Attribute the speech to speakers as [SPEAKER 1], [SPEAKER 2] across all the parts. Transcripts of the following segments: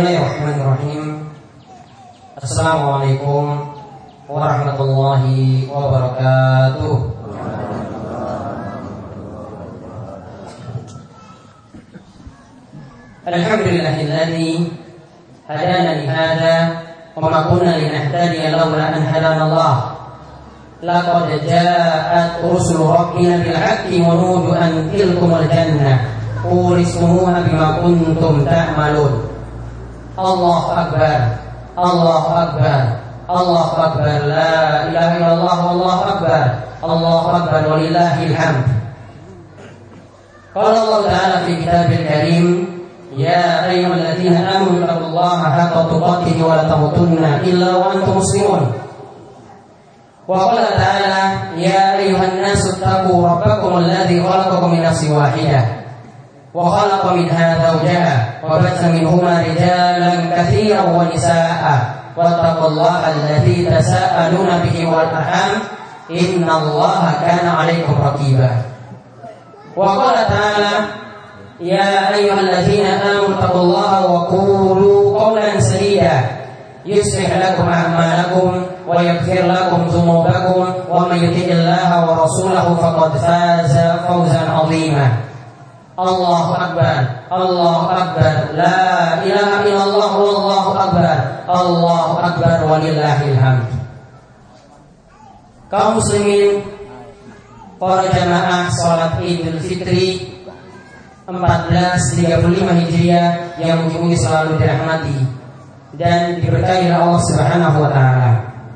[SPEAKER 1] Bismillahirrahmanirrahim. Assalamualaikum warahmatullahi wabarakatuh. Alhamdulillahilladzi hadana li hadza wa ma kunna linahtadiya laula an hadana Allah. Laqad ja'at rusulu rabbina bil haqqi wa nudu an tilkumul jannah urisumuha bima kuntum ta'malun. Allahu akbar, Allahu akbar, Allahu akbar, la ilaha illallah, Allahu akbar, Allahu akbar, walillahil hamd. Qala Allah Ta'ala fi kitabil karim, ya ayyuhalladzina amanu taqullaha haqqa tuqatih wa la tamutunna illa wa antum muslimun. Wa qala ta'ala, ya ayyuhan nasu taqu rabbakum alladzi khalaqakum min nafsin wahidah wa khalaqa minha zawjaha wa batha minhuma rijalan katsiran wa nisaa'a wattaqullaha alladzi tasaaluna bihi wal arham innallaha kana 'alaykum raqiba. Wa qala ta'ala, ya ayyuhalladzina amanu taqullaha wa qulu qawlan sadida yuslih lakum a'malakum wa yaghfir lakum dhunubakum wa may yuti'illaha wa rasulahu faqad faza fawzan 'azima. Allahu akbar, Allahu akbar, la ilaha illallah, wallahu akbar, Allahu akbar, walillahil hamd. Kaum muslimin, para jamaah salat Idul Fitri 1435 Hijriah yang mungkin selalu dirahmati dan diberkahi Allah Subhanahu wa taala.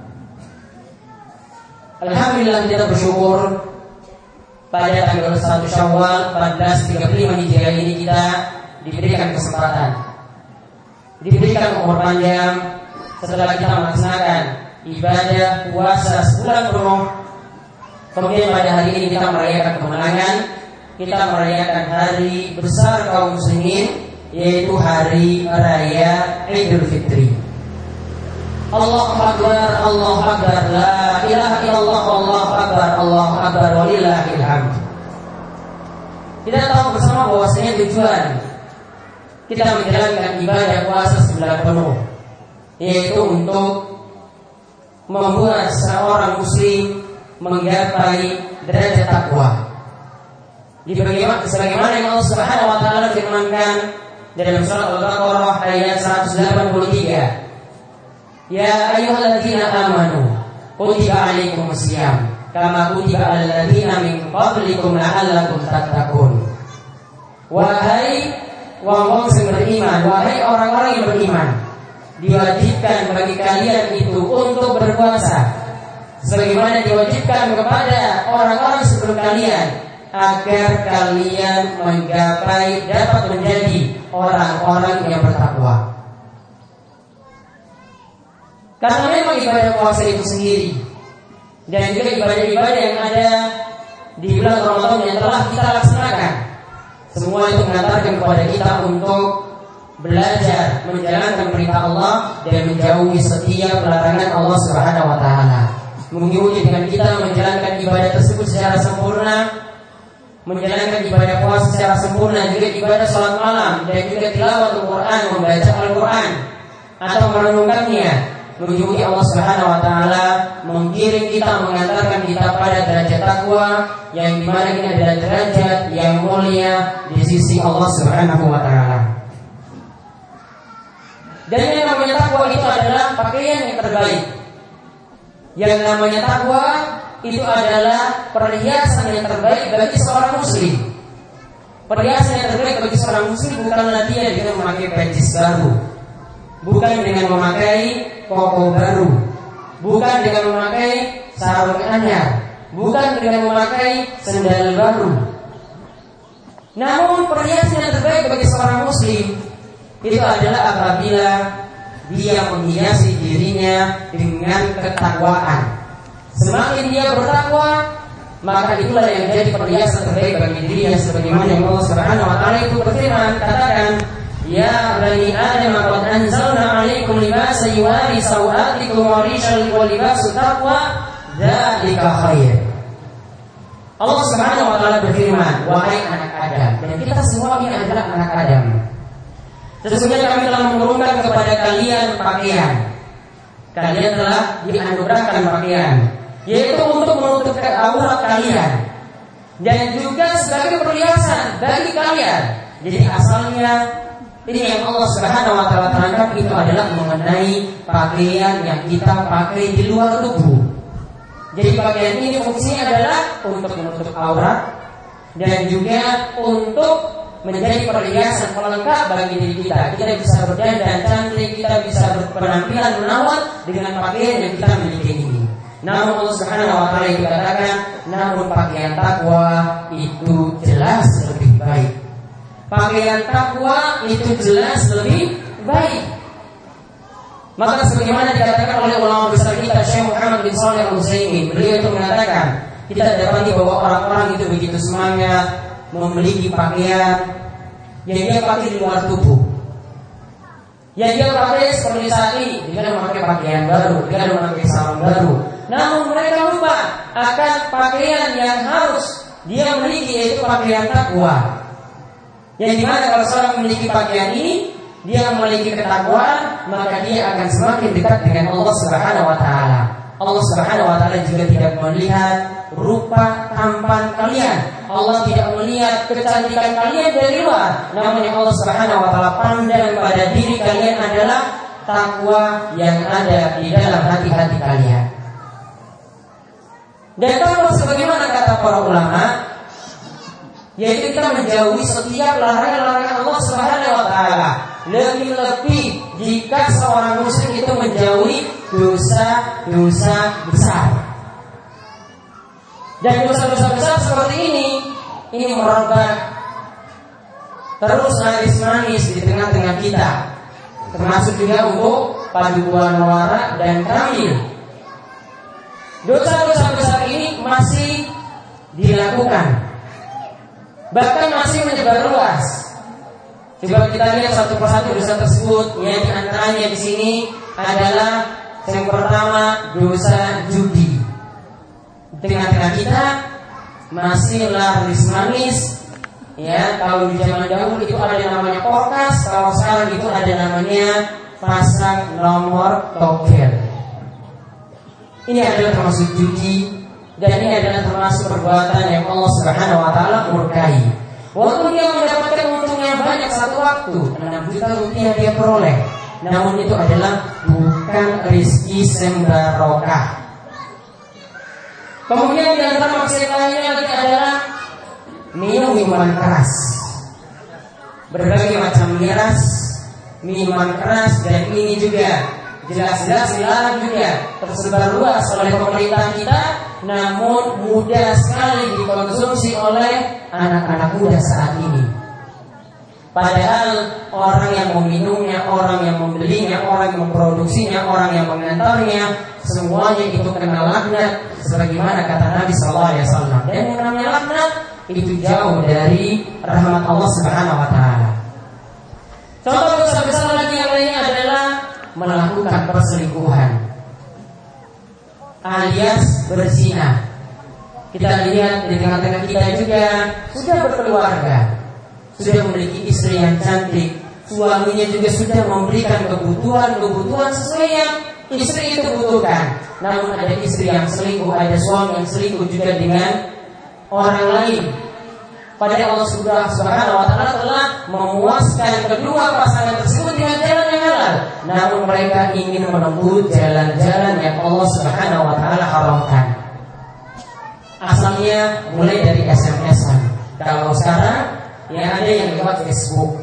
[SPEAKER 1] Alhamdulillah, kita bersyukur pada tanggal 1 Syawal 1435 Hijriah ini kita diberikan kesempatan, diberikan umur panjang setelah kita melaksanakan ibadah puasa sebulan penuh. Kemudian pada hari ini kita merayakan kemenangan, kita merayakan hari besar kaum muslimin, yaitu hari raya Idul Fitri. Allahu akbar, Allahu akbar, la ilaha illallah, Allahu akbar, Allahu akbar, walillahil hamd. Kita tahu bersama bahwasanya tujuan kita menjalankan ibadah puasa sebulan penuh yaitu untuk membuat seorang muslim menggapai derajat takwa. Sebagaimana yang Allah Subhanahu wa taala firmankan dalam surat Al-Baqarah ayat 183. Ya ayyuhalladzina amanu kutiba 'alaikumusiyam kama kutiba 'alal ladzina min qablikum la'allakum tattaqun. Wahai wong sing beriman, wahai orang-orang yang beriman, diwajibkan bagi kalian itu untuk berpuasa sebagaimana diwajibkan kepada orang-orang sebelum kalian agar kalian menggapai dapat menjadi orang-orang yang bertakwa. Karena memang ibadah puasa itu sendiri dan juga ibadah-ibadah yang ada di bulan Ramadan yang telah kita laksanakan, semua itu mengantarkan kepada kita untuk belajar menjalankan perintah Allah dan menjauhi setiap larangan Allah Subhanahu wa taala. Menguji dengan kita menjalankan ibadah tersebut secara sempurna, menjalankan ibadah puasa secara sempurna, juga ibadah salat malam dan juga tilawah Al-Quran, membaca Al-Quran atau merenungkannya. Menunjuki Allah Subhanahu wa taala menggiring kita, mengantarkan kita pada derajat takwa yang dimana ini adalah derajat yang mulia di sisi Allah Subhanahu wa taala. Dan yang namanya takwa itu adalah pakaian yang terbaik. Yang namanya takwa itu adalah perhiasan yang terbaik bagi seorang muslim. Perhiasan yang terbaik bagi seorang muslim bukanlah dia dengan memakai peci baru, bukan dengan memakai koko baru, bukan dengan memakai sarung anyar, bukan dengan memakai sandal baru. Namun perhiasan yang terbaik bagi seorang muslim itu adalah apabila dia menghiasi dirinya dengan ketakwaan. Semakin dia bertakwa, maka itulah yang jadi perhiasan terbaik bagi dirinya, sebagaimana yang Allah Subhanahu wa taala itu berfirman, katakan, ya bani Adam qad anzalna 'alaikum libasan yuwari sawatikum wa rishan wa libasu taqwa dzalika khair. Allah Subhanahu wa taala berfirman, wahai anak Adam, dan kita semua ini adalah anak Adam. Sesungguhnya kami telah menurunkan kepada kalian pakaian. Kalian telah dianugerahkan pakaian, yaitu untuk menutup aurat kalian, dan juga sebagai perhiasan bagi kalian. Jadi asalnya ini yang Allah Subhanahu wa taala terangkan itu adalah mengenai pakaian yang kita pakai di luar tubuh. Jadi pakaian ini fungsinya adalah untuk menutup aurat dan juga untuk menjadi perhiasan pelengkap bagi diri kita. Kita bisa berdandan cantik, kita bisa berpenampilan menawan dengan pakaian yang kita miliki ini. Namun Allah Subhanahu wa taala itu katakan, namun pakaian takwa itu jelas lebih baik. Pakaian takwa itu jelas lebih baik. Maka sebagaimana dikatakan oleh ulama besar kita Syekh Muhammad bin Shalih Al-Utsaimin, beliau itu mengatakan, kita dapati bahwa orang-orang itu begitu semangat memiliki pakaian yang dia pakai di luar tubuh, yang dia pakai seperti saat ini dengan memakai pakaian baru, dengan memakai sarung baru. Namun mereka lupa akan pakaian yang harus dia miliki, yaitu pakaian takwa. Yang dimana kalau seorang memiliki pakaian ini, dia memiliki ketakwaan, maka dia akan semakin dekat dengan Allah Subhanahu wa taala. Allah Subhanahu wa taala juga tidak melihat rupa tampan kalian. Allah tidak melihat kecantikan kalian dari luar. Namun yang Allah Subhanahu wa taala pandang pada diri kalian adalah takwa yang ada di dalam hati-hati kalian. Dan takwa sebagaimana kata para ulama, yaitu kita menjauhi setiap larangan-larangan Allah Subhanahu wa taala. Lebih-lebih jika seorang muslim itu menjauhi dosa-dosa besar. Dan dosa-dosa besar seperti ini merebak terus manis-manis di tengah-tengah kita. Termasuk juga untuk paduan wara dan kamil. Dosa-dosa besar ini masih dilakukan, bahkan masih menyebar luas. Coba kita lihat satu persatu dosa tersebut. Ya, di antaranya di sini adalah yang pertama, dosa judi. Di tengah-tengah kita masih laris manis. Ya, kalau di zaman dahulu itu ada namanya porkas, kalau sekarang itu ada namanya pasang nomor tokel. Ini adalah termasuk judi, dan ini adalah termasuk perbuatan yang Allah Subhanahu wa taala murkai. Walaupun dia mendapatkan untung yang banyak satu waktu, 6 juta rupiah dia peroleh, namun itu adalah bukan rezeki sembarokah. Kemudian di antara maksiat lainnya lagi adalah minum minuman keras, berbagai macam miras, minuman keras, dan ini juga jelas-jelas dilarang juga, tersebar luas oleh pemerintah kita, namun mudah sekali dikonsumsi oleh anak-anak muda saat ini. Padahal orang yang meminumnya, orang yang membelinya, orang yang memproduksinya, orang yang mengantarnya, semuanya itu kena laknat, sebagaimana kata Nabi SAW. Dan yang namanya laknat itu jauh dari rahmat Allah Subhanahu wa taala. Contoh dosa besar lagi yang lainnya adalah melakukan perselingkuhan alias berzina. Kita lihat di tengah-tengah kita juga sudah berkeluarga, sudah memiliki istri yang cantik, suaminya juga sudah memberikan kebutuhan sesuai yang istri itu butuhkan. Namun ada istri yang selingkuh, ada suami yang selingkuh juga dengan orang lain. Padahal Allah Subhanahu wa taala telah memuaskan kedua pasangan tersebut dengan jalan yang halal, namun mereka ingin menempuh jalan-jalan yang Allah Subhanahu wa taala haramkan. Asalnya mulai dari SMS-an. Kalau sekarang ya ada yang lewat Facebook.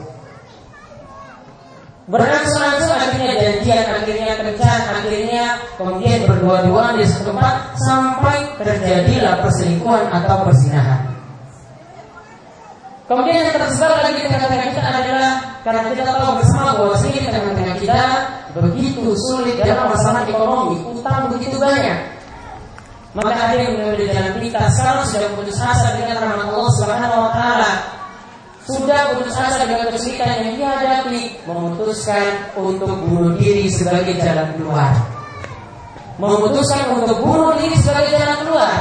[SPEAKER 1] Berangsur-angsur akhirnya janjian, akhirnya kencan, akhirnya kemudian berdua-duaan di satu tempat sampai terjadilah perselingkuhan atau perzinahan. Kemudian yang tersebar lagi di tengah-tengah kita adalah karena kita tahu bersama bahwa di tengah-tengah kita begitu sulit dalam masalah ekonomi, utang begitu banyak. Maka ada yang mengambil jalan pintas. Sekarang sudah putus asa dengan rahmat Allah Subhanahu wa taala, sudah putus asa dengan kesulitan yang dihadapi, memutuskan untuk bunuh diri sebagai jalan keluar. Memutuskan untuk bunuh diri sebagai jalan keluar.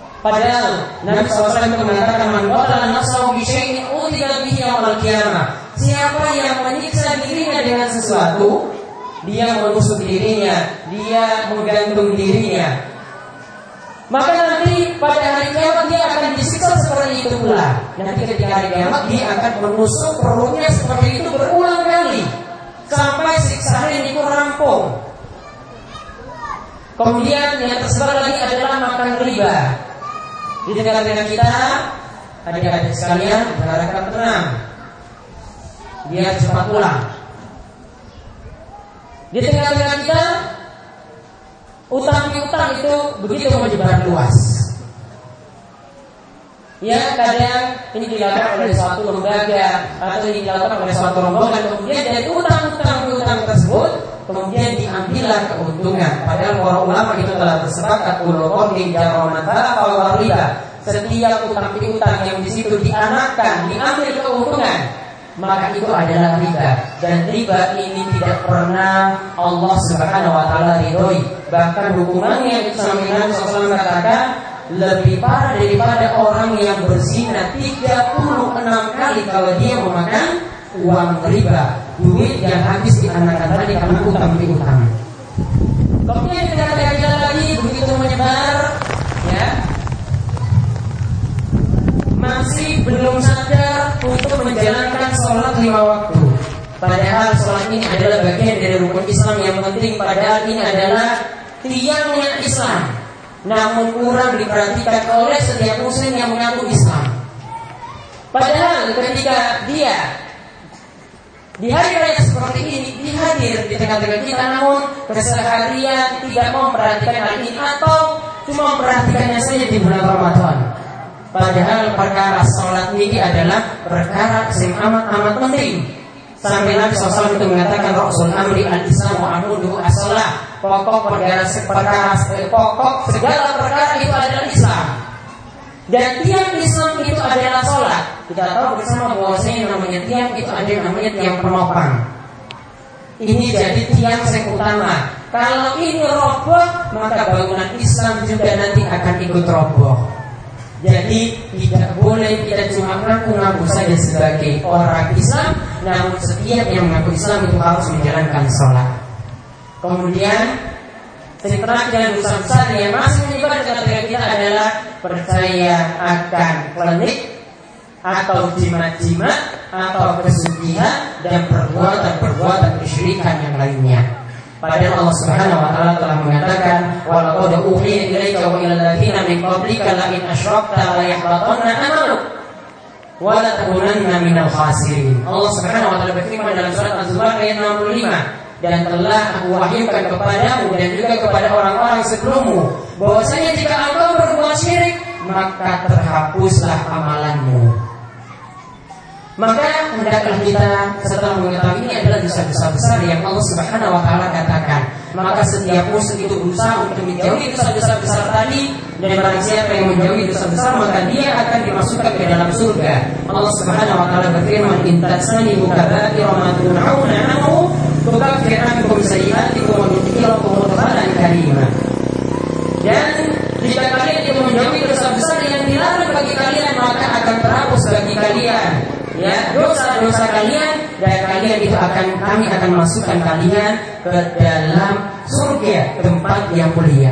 [SPEAKER 1] Padahal Nabi SAW mengatakan, man qatala nafsahu bi syai'in utiya bihi yaumil qiyamah. siapa yang menyiksa dirinya dengan sesuatu, dia menusuk dirinya, dia menggantung dirinya, maka nanti pada hari kiamat dia akan disiksa seperti itu pula. Nanti ketika hari kiamat dia akan menusuk perutnya seperti itu berulang kali sampai siksaan itu rampung. Kemudian yang tersebar lagi adalah makan riba. Di tengah-tengah kita, adik-adik sekalian, rekan tenang, biar cepat pulang. Di tengah-tengah kita, utang piutang itu begitu menyebar luas. Ya, kadang ini dilakukan oleh suatu lembaga atau dilakukan oleh suatu rombongan, kemudian dari utang piutang tersebut kemudian diambillah keuntungan. Padahal para ulama itu telah bersepakat ulul manfaat riba. Setiap utang piutang yang di situ dianakkan, diambil keuntungan, maka itu adalah riba. Dan riba ini tidak pernah Allah Subhanahu wa taala ridhoi. Bahkan hukumannya itu sampai Nabi SAW katakan lebih parah daripada orang yang berzina 36 kali kalau dia memakan uang riba, duit yang habis dianakkan tadi karena utang piutang. Kemudian kita lagi begitu menyebar, ya, masih belum sadar untuk menjalankan sholat 5 waktu. Padahal sholat ini adalah bagian dari rukun Islam yang penting. Padahal ini adalah tiangnya Islam, namun kurang diperhatikan oleh setiap muslim yang mengaku Islam. Padahal ketika dia di hari raya seperti ini dihadir di tengah-tengah kita, namun keseharian tidak memperhatikan hal ini atau cuma memperhatikannya saja di bulan Ramadan. Padahal perkara sholat ini adalah perkara yang amat penting. Sampai Nabi SAW itu mengatakan Rasul Amri al-Islam wa amuduhu as-sholah. Pokok segala perkara itu adalah Islam. Dan tiang Islam itu adalah sholat. Kita tahu bersama bahwasanya namanya tiang itu ada yang namanya tiang penopang. Ini jadi tiang yang utama. Kalau ini roboh, maka bangunan Islam juga nanti akan ikut roboh. Jadi tidak boleh kita cuma ngaku-ngaku saja sebagai orang Islam, namun setiap yang mengaku Islam itu harus menjalankan sholat. Kemudian setelah dan dosa besar yang masih menyebar di tengah kita adalah percaya akan klinik atau jimat-jimat atau kesugihan dan perbuatan kesyirikan yang lainnya. Padahal Allah Subhanahu wa taala telah mengatakan wa laqad uhiya ilaika wa ilal ladzina min qablika la in asyrakta la yahbatanna amaluk wa la takunanna minal khasirin. Allah Subhanahu wa taala berfirman dalam surat Az-Zumar ayat 65, dan telah aku wahyukan kepadamu dan juga kepada orang-orang sebelummu bahwasanya jika engkau berbuat syirik maka terhapuslah amalanmu. Maka hendaklah kita setelah mengetahui ini adalah dosa-dosa besar yang Allah Subhanahu wa taala katakan, maka setiap muslim itu berusaha untuk menjauhi dosa-dosa besar tadi. Dan barang siapa yang menjauhi dosa besar maka dia akan dimasukkan ke dalam surga. Allah Subhanahu wa taala berfirman, "In tajtanibu kaba'ira ma tunhauna anhu nukaffir ankum sayyi'atikum wa nudkhilukum mudkhalan karima." Dan jika kalian itu menjauhi dosa besar yang dilarang bagi kalian, maka akan terhapus bagi kalian, ya, dosa-dosa kalian, dan kalian itu kami akan masukkan kalian ke dalam surga, tempat yang mulia.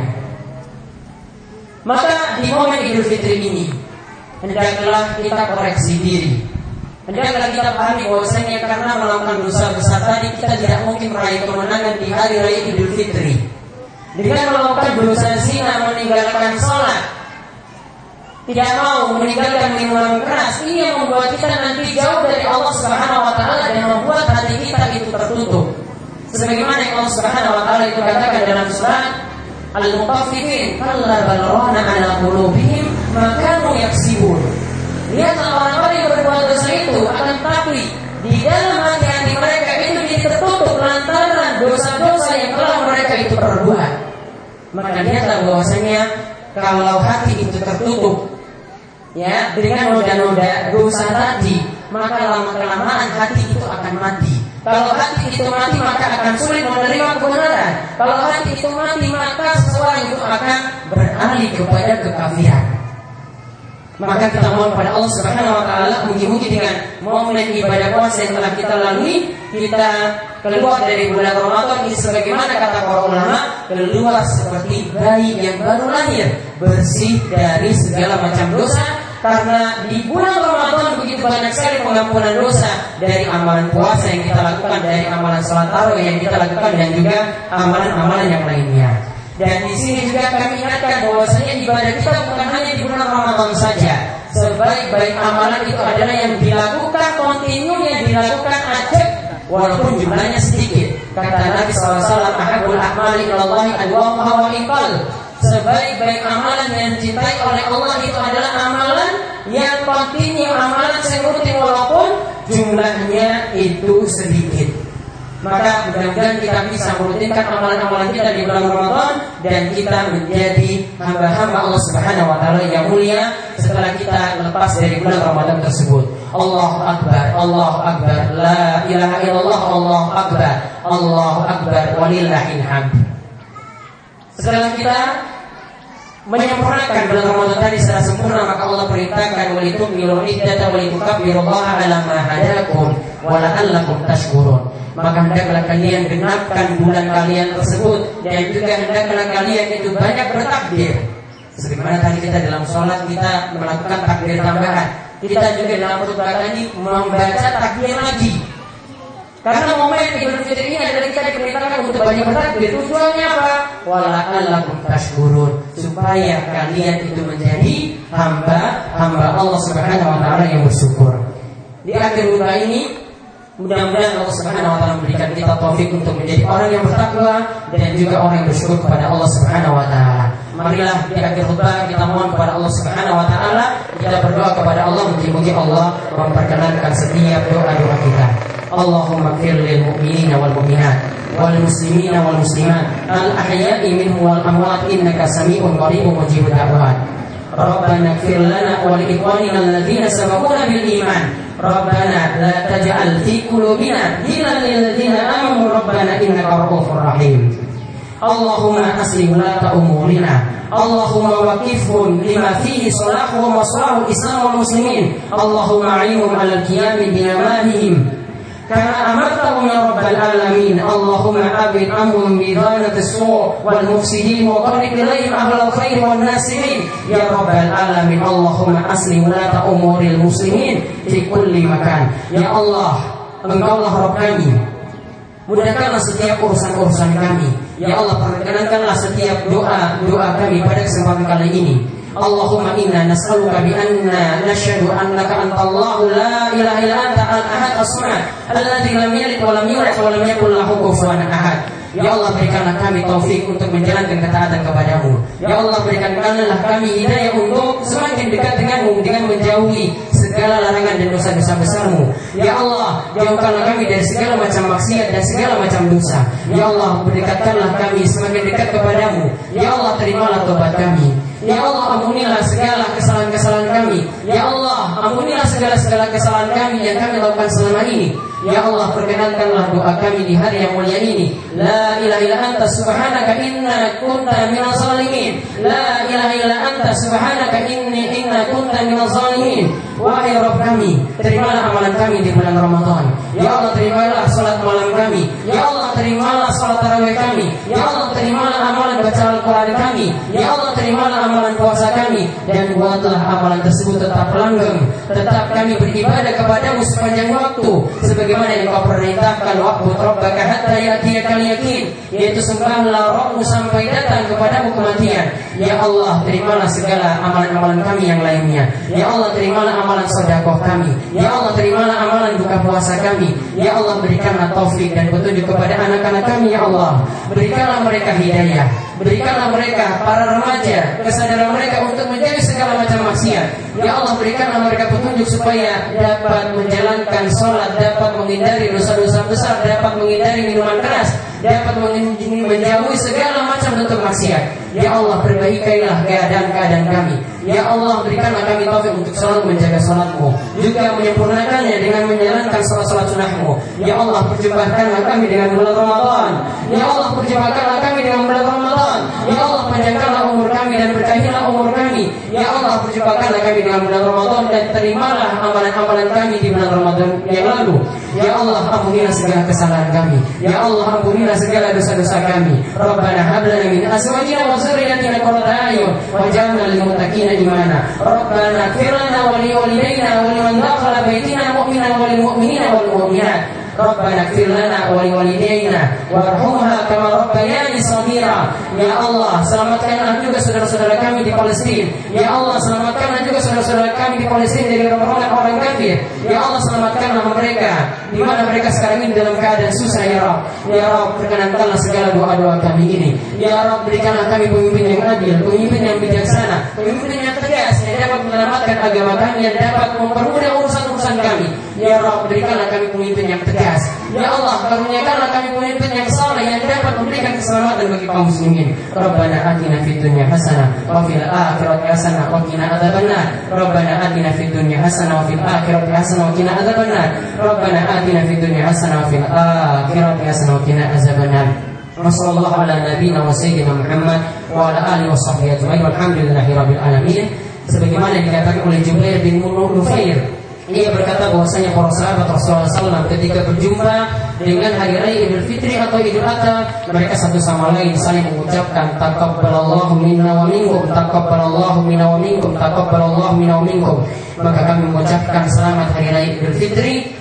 [SPEAKER 1] Maka di momen Idul Fitri ini hendaklah kita koreksi diri. Hendaklah kita pahami bahwasanya karena melakukan dosa besar tadi kita tidak mungkin meraih kemenangan di hari raya Idul Fitri. Dengan melakukan dosa zina, meninggalkan sholat, tidak mau meninggalkan minuman keras, ini yang membuat kita nanti jauh dari Allah Subhanahu wa taala dan membuat hati kita itu tertutup. Sebagaimana yang Allah Subhanahu wa taala itu katakan dalam surat Al-Mutaffifin, "Kalla bal rana 'ala qulubihim ma kanu yaksibun." Lihatlah orang-orang yang berbuat dosa itu, akan tapi di dalam hati mereka itu tertutup lantaran dosa-dosa yang telah mereka itu perbuat. Maka lihatlah bahwasanya kalau hati itu tertutup, ya, dengan noda-noda dosa tadi, maka lama-kelamaan hati itu akan mati. Kalau hati itu mati, maka akan sulit menerima kebenaran. Kalau hati itu mati, maka seseorang itu akan beralih kepada kekafiran. Maka kita mohon pada Allah Subhanahu wa taala, mugi-mugi dengan momen ibadah puasa yang telah kita lalui, kita keluar dari bulan Ramadan ini sebagaimana kata para ulama, keluar seperti bayi yang baru lahir, bersih dari segala macam dosa. Karena di bulan Ramadan begitu banyak sekali pengampunan dosa dari amalan puasa yang kita lakukan, dari amalan salat tarawih yang kita lakukan, dan juga amalan-amalan yang lainnya. Dan di sini juga kami ingatkan bahwasanya ibadah kita bukan hanya di bulan Ramadan saja. Sebaik-baik amalan itu adalah yang dilakukan kontinu, yang dilakukan acak walaupun jumlahnya sedikit. Kata Nabi SAW, ahabbul a'mali ilallahi adwamuha wa iqal. Sebaik-baik amalan yang dicintai oleh Allah itu adalah amalan yang kontinu, amalan yang rutin walaupun jumlahnya itu sedikit. Maka mudah-mudahan kita bisa merutinkan amalan-amalan kita di bulan Ramadan, dan kita menjadi hamba-hamba Allah Subhanahu wa taala yang mulia setelah kita lepas dari bulan Ramadan tersebut. Allahu Akbar, Allahu Akbar, la ilaha illallah, Allahu Akbar, Allahu Akbar, walillahil hamd. Setelah kita menyempurnakan bulan Ramadan tadi secara sempurna, maka Allah perintahkan walitukmilul iddata walitukabbirullaha ala ma hadakum wa la'allakum tashkurun. Maka hendaklah kalian genapkan bulan kalian tersebut, dan juga hendaklah kalian itu banyak bertakbir. Sebagaimana tadi kita dalam sholat kita melakukan takbir tambahan, kita juga dalam khutbah tadi membaca takbir lagi. Karena momen Idul Fitri ini adalah kita diperintahkan untuk banyak bertakbir. Tujuannya apa? Wala'allakum tashkurun, supaya kalian itu menjadi hamba Allah Subhanahu wa taala yang bersyukur. Di akhir khutbah ini, mudah-mudahan Allah Subhanahu wa taala memberikan kita taufik untuk menjadi orang yang bertakwa dan juga orang yang bersyukur kepada Allah Subhanahu wa taala. Marilah di akhir khutbah kita mohon kepada Allah Subhanahu wa taala, kita berdoa kepada Allah, mugi-mugi Allah memperkenankan setiap doa-doa kita. Allahumma ighfir lil mu'minina wal mu'minat wal muslimina wal muslimat al ahya'i minhum wal amwat innaka sami'un qaribun mujibud da'wat. Rabbana ighfir lana wa li ikhwanina alladhina sabaquna bil iman. Rabbana la taj'al fi qulubina ghillan lil ladzina amanu rabbana innaka ra'ufur rahim. Allahumma aslih lana umurina. Allahumma waqifhum lima fihi salahuhum wa salahul islam wal muslimin. Allahumma a'inhum 'ala al-qiyam bi amalihim كما أمرتهم يا رب العالمين. اللهم أبد عنهم بضانة السوء والمفسدين وقرب إليهم أهل الخير والناصرين يا رب العالمين. اللهم أصلح ولاة أمور المسلمين في كل مكان. Ya Allah, Engkaulah Rabb kami, mudahkanlah setiap urusan-urusan kami. Ya Allah, perkenankanlah setiap doa kami pada kesempatan kali ini. Allahumma inna nas'aluka bi anna nashhadu annaka antallahu la ilaha illa anta al-ahad as-samad alladzi lam yalid wa lam yulad wa lam yakul lahu kufuwan ahad. Ya Allah, berikanlah kami taufik untuk menjalankan ketaatan kepadamu. Ya Allah, berikanlah kami hidayah untuk semakin dekat denganmu dengan menjauhi segala larangan dan dosa-dosa besarmu. Ya Allah, jauhkanlah kami dari segala macam maksiat dan segala macam dosa. Ya Allah, berdekatkanlah kami semakin dekat kepadamu. Ya Allah, terimalah tobat kami. Ya Allah, ampunilah segala kesalahan-kesalahan kami. Ya Allah, ampunilah segala kesalahan kami yang kami lakukan selama ini. Ya Allah, perkenankanlah doa kami di hari yang mulia ini. La ilaha illa anta subhanaka inna kunta minaz zalimin. La ilaha illa anta subhanaka inna kunta minaz zalimin. Wahai Rabb kami, terimalah amalan kami di bulan Ramadan. Ya Allah, terimalah salat malam kami. Ya Allah, terimalah salat tarawih kami. Ya Allah, terimalah amalan baca Al-Quran kami. Ya Allah, terimalah amalan puasa kami, dan buatlah amalan tersebut tetap langgeng, tetap kami beribadah kepadamu sepanjang waktu, sebagaimana yang Kau perintahkan, wa'bud rabbaka hatta ya'tiyakal yaqin, yaitu sembahlah Rabbmu sampai datang kepadamu kematian. Ya Allah, terimalah segala amalan-amalan kami yang lainnya. Ya Allah, terimalah amalan sedekah kami. Ya Allah, terimalah amalan buka puasa kami. Ya Allah, berikanlah taufik dan petunjuk kepada anak-anak kami. Ya Allah, berikanlah mereka hidayah, berikanlah mereka para remaja kesadaran mereka untuk menjauhi segala macam maksiat. Ya Allah, berikanlah mereka petunjuk supaya dapat menjalankan sholat, dapat menghindari dosa-dosa besar, dapat menghindari minuman keras, dapat menjauhi segala macam bentuk maksiat. Ya Allah, perbaikilah keadaan kami. Ya Allah, berikanlah kami taufik untuk selalu menjaga salatmu, juga menyempurnakannya dengan menjalankan salat-salat sunnahmu. Ya Allah, perjumpakanlah kami dengan bulan Ramadan. Ya Allah, perjumpakanlah kami dengan bulan Ramadan. Ya Allah, panjangkanlah umur kami dan berkahilah umur kami. Ya Allah, perjumpakanlah limpahkanlah kami dengan bulan Ramadan dan terimalah amalan-amalan kami di bulan Ramadan yang lalu. Ya Allah, ampunilah segala kesalahan kami. Ya Allah, ampunilah segala dosa-dosa kami. Rabbana hab lana min azwajina wa dhurriyyatina qurrata a'yun waj'alna lil muttaqina imama. Rabbana ighfir lana wa li walidayna wa liman dakhala baytina mu'minan wa lil mu'minina wal mu'minat. Rabbana ighfir lana wa li walidayna warhamha kama rabbayani shaghira. Ya Allah, selamatkanlah juga saudara-saudara kami di Palestina. Ya Allah, selamatkanlah juga saudara-saudara kami di Palestina dari orang-orang kafir. Ya Allah, selamatkanlah mereka di mana mereka sekarang ini dalam keadaan susah ya Rabb. Ya Rabb, perkenankanlah segala doa-doa kami ini. Ya Rabb, berikanlah kami pemimpin yang adil, pemimpin yang bijaksana, pemimpin yang tegas yang dapat menyelamatkan agama kami, yang dapat mempermudah urusan-urusan kami. Ya Rabb, berikanlah kami pemimpin yang tegas. Ya Allah, karuniakanlah kami pemimpin yang saleh yang dapat memberikan keselamatan bagi kaum muslimin. Rabbana atina fid dunya hasanah wa fil akhirati hasanah wa qina adzabannar. Rabbana atina fid dunya hasanah wa fil akhirati hasanah wa qina adzabannar. Rabbana atina fid dunya hasanah wa fil akhirati hasanah wa qina adzabannar. Wassallallahu ala nabiyyina wa sayyidina Muhammad wa ala alihi wa sahbihi ajma'in walhamdulillahi rabbil alamin. Sebagaimana dikatakan oleh Jubair bin Nufair, ia berkata bahwasanya para sahabat Rasulullah SAW ketika berjumpa dengan hari raya Idul Fitri atau Idul Adha, mereka satu sama lain saling mengucapkan taqabbalallahu minna wa minkum, taqabbalallahu minna wa minkum, taqabbalallahu minna wa minkum. Maka kami mengucapkan selamat hari raya Idul Fitri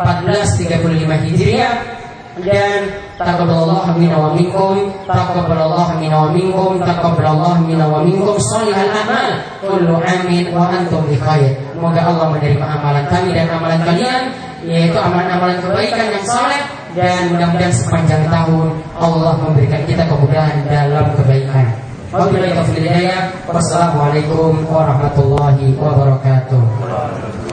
[SPEAKER 1] 1435 Hijriah dan taqabbalallahu minna wa minkum, taqabbalallahu minna wa minkum, taqabbalallahu minna wa minkum shalihal a'mal kullu amin wa antum bi khair. Semoga Allah menerima amalan kami dan amalan kalian, yaitu amalan-amalan kebaikan yang saleh, dan mudah-mudahan sepanjang tahun Allah memberikan kita kemudahan dalam kebaikan. Wabillahi taufiq wal hidayah. Wassalamualaikum warahmatullahi wabarakatuh.